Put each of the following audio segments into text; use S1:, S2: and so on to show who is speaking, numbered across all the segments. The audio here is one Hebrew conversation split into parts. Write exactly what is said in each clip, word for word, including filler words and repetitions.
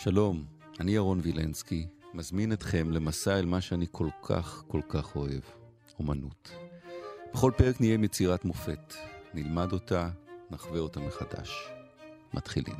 S1: שלום, אני ירון וילנסקי, מזמין אתכם למסע אל מה שאני כל כך כל כך אוהב, אומנות. בכל פרק נהיה עם יצירת מופת, נלמד אותה, נחווה אותה מחדש. מתחילים.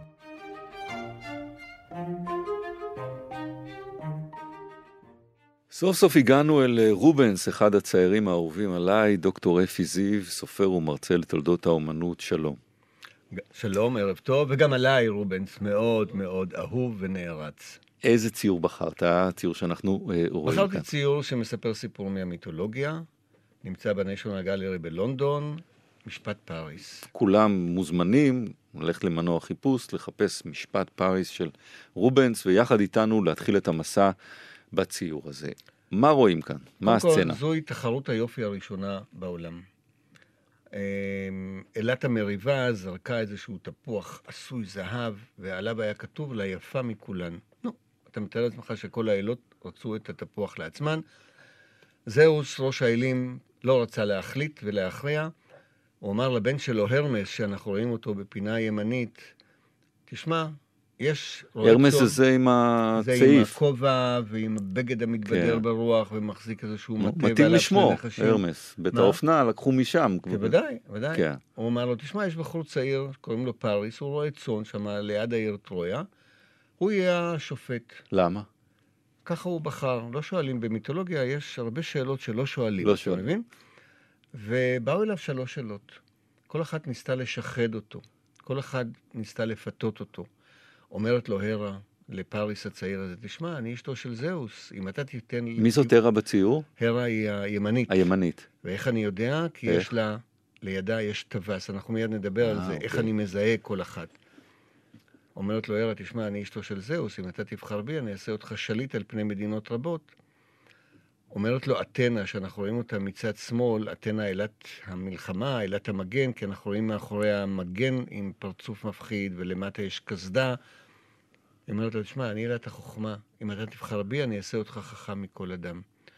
S1: סוף סוף הגענו אל רובנס, אחד הציירים האהובים עליי, דוקטור אפי זיו, סופר ומרצה לתולדות האומנות, שלום.
S2: שלום, ערב טוב, וגם עליי רובנס מאוד מאוד אהוב ונערץ.
S1: איזה ציור בחרת? הציור שאנחנו אה, רואים כאן.
S2: בחרתי ציור שמספר סיפור מהמיתולוגיה, נמצא בניישונל גלרי בלונדון, משפט פאריס.
S1: כולם מוזמנים ללכת למנוע חיפוש, לחפש משפט פאריס של רובנס, ויחד איתנו להתחיל את המסע בציור הזה. מה רואים כאן? מה הסצנה?
S2: קודם כל, זוהי תחרות היופי הראשונה בעולם. אלת המריבה זרקה איזשהו תפוח עשוי זהב, ועליו היה כתוב ליפה מכולן. נו, אתה מתאר לעצמך שכל האלות רצו את התפוח לעצמן. זהוס, ראש האלים, לא רצה להחליט ולהכריע. הוא אמר לבן שלו, הרמס, שאנחנו רואים אותו בפינה הימנית, תשמע, יש...
S1: הרמס זה עם הצעיף.
S2: זה עם הכובע ועם הבגד המתבדר כן. ברוח, ומחזיק איזשהו מטה.
S1: מתאים לשמו, הרמס. בית האופנה לקחו משם.
S2: ודאי, ודאי.
S1: כן.
S2: הוא אמר לו, תשמע, יש בחור צעיר, קוראים לו פאריס, הוא רואה צאן שם ליד העיר טרויה, הוא יהיה השופט.
S1: למה?
S2: ככה הוא בחר. לא שואלים במיתולוגיה, יש הרבה שאלות שלא שואלים.
S1: לא שואלים.
S2: מבין? ובאו אליו שלוש שאלות. כל אחת ניסתה לשחד אותו. כל אחד ניסתה לפתות אותו. אומרת לו הרה, לפאריס הצעיר הזה, תשמע, אני אשתו של זהוס, אם אתה תיתן לי...
S1: מי זאת הרה בציור?
S2: הרה היא הימנית.
S1: הימנית.
S2: ואיך אני יודע? כי איך? יש לה, לידה יש טווס, אנחנו מיד נדבר 아, על זה, אוקיי. איך אני מזהה כל אחת. אומרת לו הרה, תשמע, אני אשתו של זהוס, אם אתה תבחר בי, אני אעשה אותך שליט על פני מדינות רבות. אומרת לו אתנה, שאנחנו רואים אותה מצד שמאל, אתנה אלת המלחמה, אלת המגן, כי אנחנו רואים מאחורי המגן עם פרצוף מפחיד, ולמטה יש כסדה. היא אומרת לו, תשמע, אני אלת החוכמה, אם אתה תבחר בי, אני אעשה אותך חכם מכל אדם.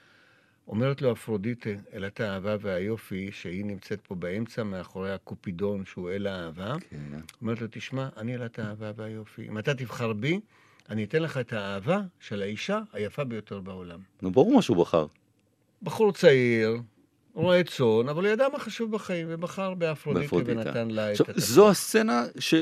S2: אומרת לו אפרודיטה, אלת האהבה והיופי, שהיא נמצאת פה באמצע, מאחורי הקופידון, שהוא אל האהבה. Okay. אומרת לו, תשמע, אני אלת האהבה והיופי. אם אתה תבחר בי, אני אתן לך את האהבה של האישה היפה ביותר בעולם.
S1: נו, ברור מה שהוא בחר.
S2: בחור צעיר, רואה צאן, אבל הוא ידע מה חשוב בחיים, ובחר באפרודיטה ונתן לה את התפוח.
S1: זו הסצנה,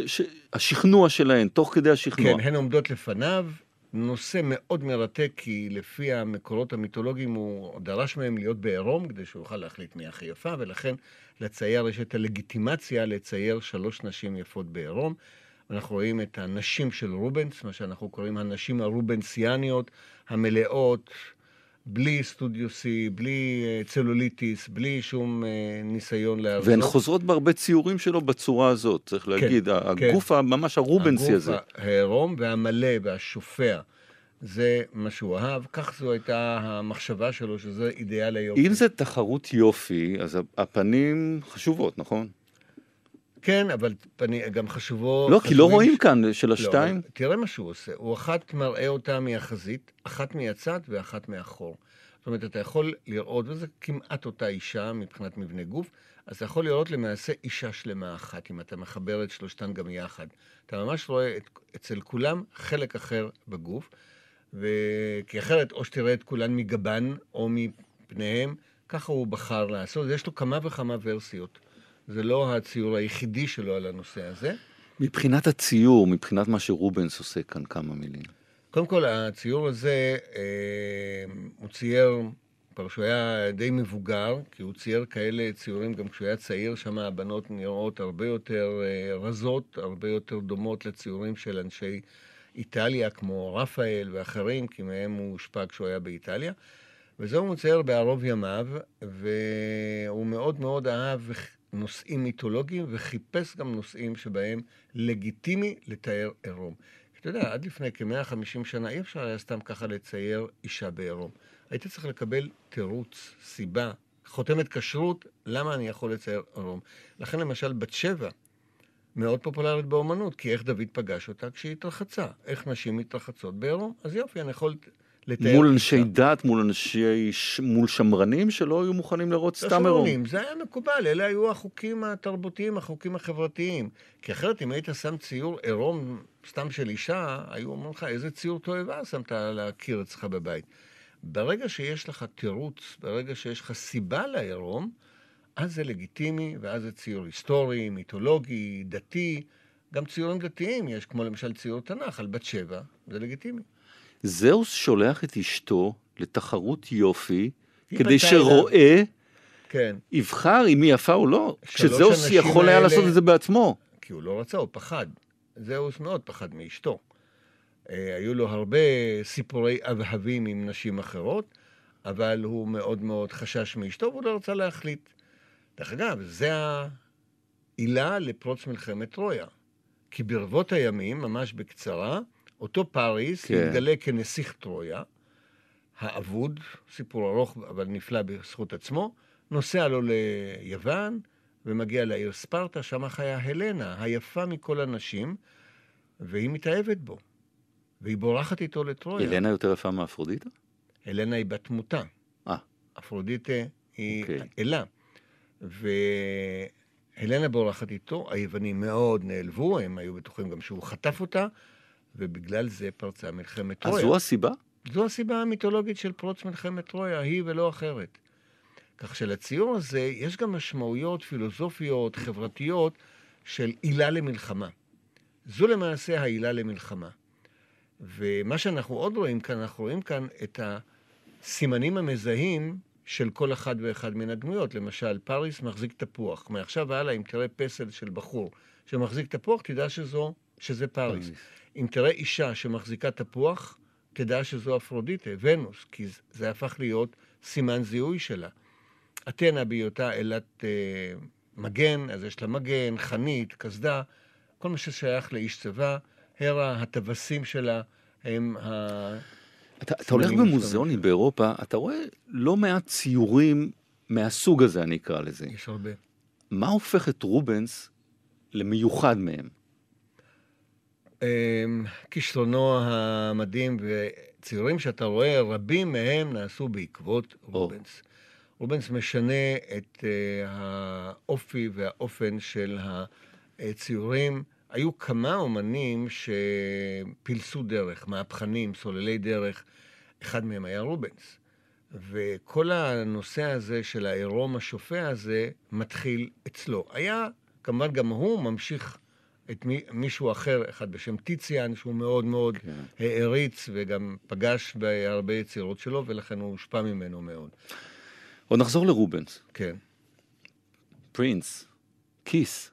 S1: השכנוע שלהן, תוך כדי השכנוע.
S2: כן, הן עומדות לפניו, נושא מאוד מרתק, כי לפי המקורות המיתולוגיים הוא דרש מהם להיות בעירום, כדי שהוא יוכל להחליט מי הכי יפה, ולכן לצייר יש את הלגיטימציה לצייר שלוש נשים יפות בעירום. אנחנו רואים את הנשים של רובנס, מה שאנחנו קוראים הנשים הרובנסיאניות, המלאות, בלי סטודיו סי, בלי צלוליטיס, בלי שום ניסיון להרזות.
S1: והן חוזרות בהרבה ציורים שלו בצורה הזאת, צריך להגיד, כן, הגוף כן. ממש הרובנסי הזה.
S2: הגוף העירום והמלא והשופע, זה מה שהוא אהב, כך זו הייתה המחשבה שלו, שזה אידיאל היופי.
S1: אם זה תחרות יופי, אז הפנים חשובות, נכון?
S2: כן, אבל פני, גם חשובו...
S1: לא, כי לא רואים ש... כאן של השתיים.
S2: לא, תראה מה שהוא עושה. הוא אחת מראה אותה מהחזית, אחת מהצד ואחת מאחור. זאת אומרת, אתה יכול לראות, וזה כמעט אותה אישה מבחינת מבנה גוף, אז אתה יכול לראות למעשה אישה שלמה אחת, אם אתה מחבר את שלושתן גם יחד. אתה ממש רואה את, אצל כולם חלק אחר בגוף, ו... כי אחרת או שתראה את כולן מגבן או מפניהם, ככה הוא בחר לעשות. יש לו כמה וכמה ורסיות. זה לא הציור היחידי שלו על הנושא הזה.
S1: מבחינת הציור, מבחינת מה שרובנס עושה כאן כמה מילים.
S2: קודם כל, הציור הזה, אה, הוא צייר, כבר שהוא היה די מבוגר, כי הוא צייר כאלה ציורים גם כשהוא היה צעיר, שם הבנות נראות הרבה יותר אה, רזות, הרבה יותר דומות לציורים של אנשי איטליה, כמו רפאל ואחרים, כי מהם הוא הושפע כשהוא היה באיטליה. וזהו הוא צייר בערוב ימיו, והוא מאוד מאוד אהב נושאים מיתולוגיים, וחיפש גם נושאים שבהם לגיטימי לתאר עירום. אתה יודע, עד לפני כ-מאה וחמישים שנה אי אפשר היה סתם ככה לצייר אישה בעירום. היית צריך לקבל תירוץ, סיבה, חותמת כשרות, למה אני יכול לצייר עירום. לכן למשל בת שבע מאוד פופולרית באומנות, כי איך דוד פגש אותה כשהיא התרחצה. איך נשים מתרחצות בעירום? אז יופי, אני יכול לתאר...
S1: מול אנשי דת, מול אנשי... מול שמרנים שלא היו מוכנים לראות סתם עירום.
S2: שמרנים, זה היה מקובל, אלה היו החוקים התרבותיים, החוקים החברתיים. כי אחרת אם היית שם ציור עירום סתם של אישה, היו אומרים לך, איזה ציור תועבה שמת על הקיר אצלך בבית. ברגע שיש לך תירוץ, ברגע שיש לך סיבה לעירום, אז זה לגיטימי, ואז זה ציור היסטורי, מיתולוגי, דתי, גם ציורים דתיים יש, כמו למשל ציור תנ"ך על בת שבע, זה לגיטימי.
S1: זהוס שולח את אשתו לתחרות יופי, כדי שרואה,
S2: כן.
S1: יבחר אם היא יפה או לא, כשזהוס יכול היה לעשות את זה בעצמו.
S2: כי הוא לא רצה, הוא פחד. זהוס מאוד פחד מאשתו. היו לו הרבה סיפורי אבהבים עם נשים אחרות, אבל הוא מאוד מאוד חשש מאשתו, והוא לא רצה להחליט. דרך אגב, זה העילה לפרוץ מלחמת טרויה. כי ברבות הימים, ממש בקצרה, אותו פריס כן. התגלה כנסיך טרויה, האבוד, סיפור ארוך אבל נפלא בזכות עצמו, נוסע לו ליוון ומגיע לעיר ספרטה, שם חיה הלנה, היפה מכל הנשים, והיא מתאהבת בו. והיא בורחת איתו לטרויה.
S1: הלנה יותר יפה מאפרודיטה?
S2: הלנה היא בת תמותה.
S1: אה.
S2: אפרודיטה היא
S1: אוקיי.
S2: אלה. והלנה בורחת איתו, היוונים מאוד נעלבו, הם היו בטוחים גם שהוא חטף אותה, ובגלל זה פרצה מלחמת טרויה.
S1: אז זו הסיבה?
S2: זו הסיבה המיתולוגית של פרוץ מלחמת טרויה, היא ולא אחרת. כך שלציור הזה יש גם משמעויות פילוסופיות, חברתיות, של עילה למלחמה. זו למעשה העילה למלחמה. ומה שאנחנו עוד רואים כאן, אנחנו רואים כאן את הסימנים המזהים של כל אחד ואחד מן הדמויות. למשל, פריס מחזיק תפוח. מעכשיו והלאה, אם תראה פסל של בחור שמחזיק תפוח, תדע שזו, שזה פריס. פריס. אם תראה אישה שמחזיקה תפוח, תדע שזו אפרודיטה, ונוס, כי זה הפך להיות סימן זיהוי שלה. אתנה בהיותה אלת אה, מגן, אז יש לה מגן, חנית, כסדה, כל מה ששייך לאיש צבא. הרה, הטווסים שלה הם ה...
S1: אתה, אתה הולך במוזיאונים באירופה, אתה רואה לא מעט ציורים מהסוג הזה, אני אקרא לזה.
S2: יש הרבה.
S1: מה הופך את רובנס למיוחד מהם?
S2: כישרונו המדהים, וציורים שאתה רואה, רבים מהם נעשו בעקבות רובנס. Oh. רובנס משנה את האופי והאופן של הציורים. היו כמה אומנים שפילסו דרך, מהפכנים, סוללי דרך. אחד מהם היה רובנס. וכל הנושא הזה של העירום השופע הזה מתחיל אצלו. היה, כמובן גם הוא ממשיך את מי, מישהו אחר, אחד בשם טיציאן, שהוא מאוד מאוד כן. העריץ, וגם פגש בהרבה יצירות שלו, ולכן הוא הושפע ממנו מאוד.
S1: עוד נחזור לרובנס.
S2: כן.
S1: פרינס, כיס.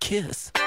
S3: kiss.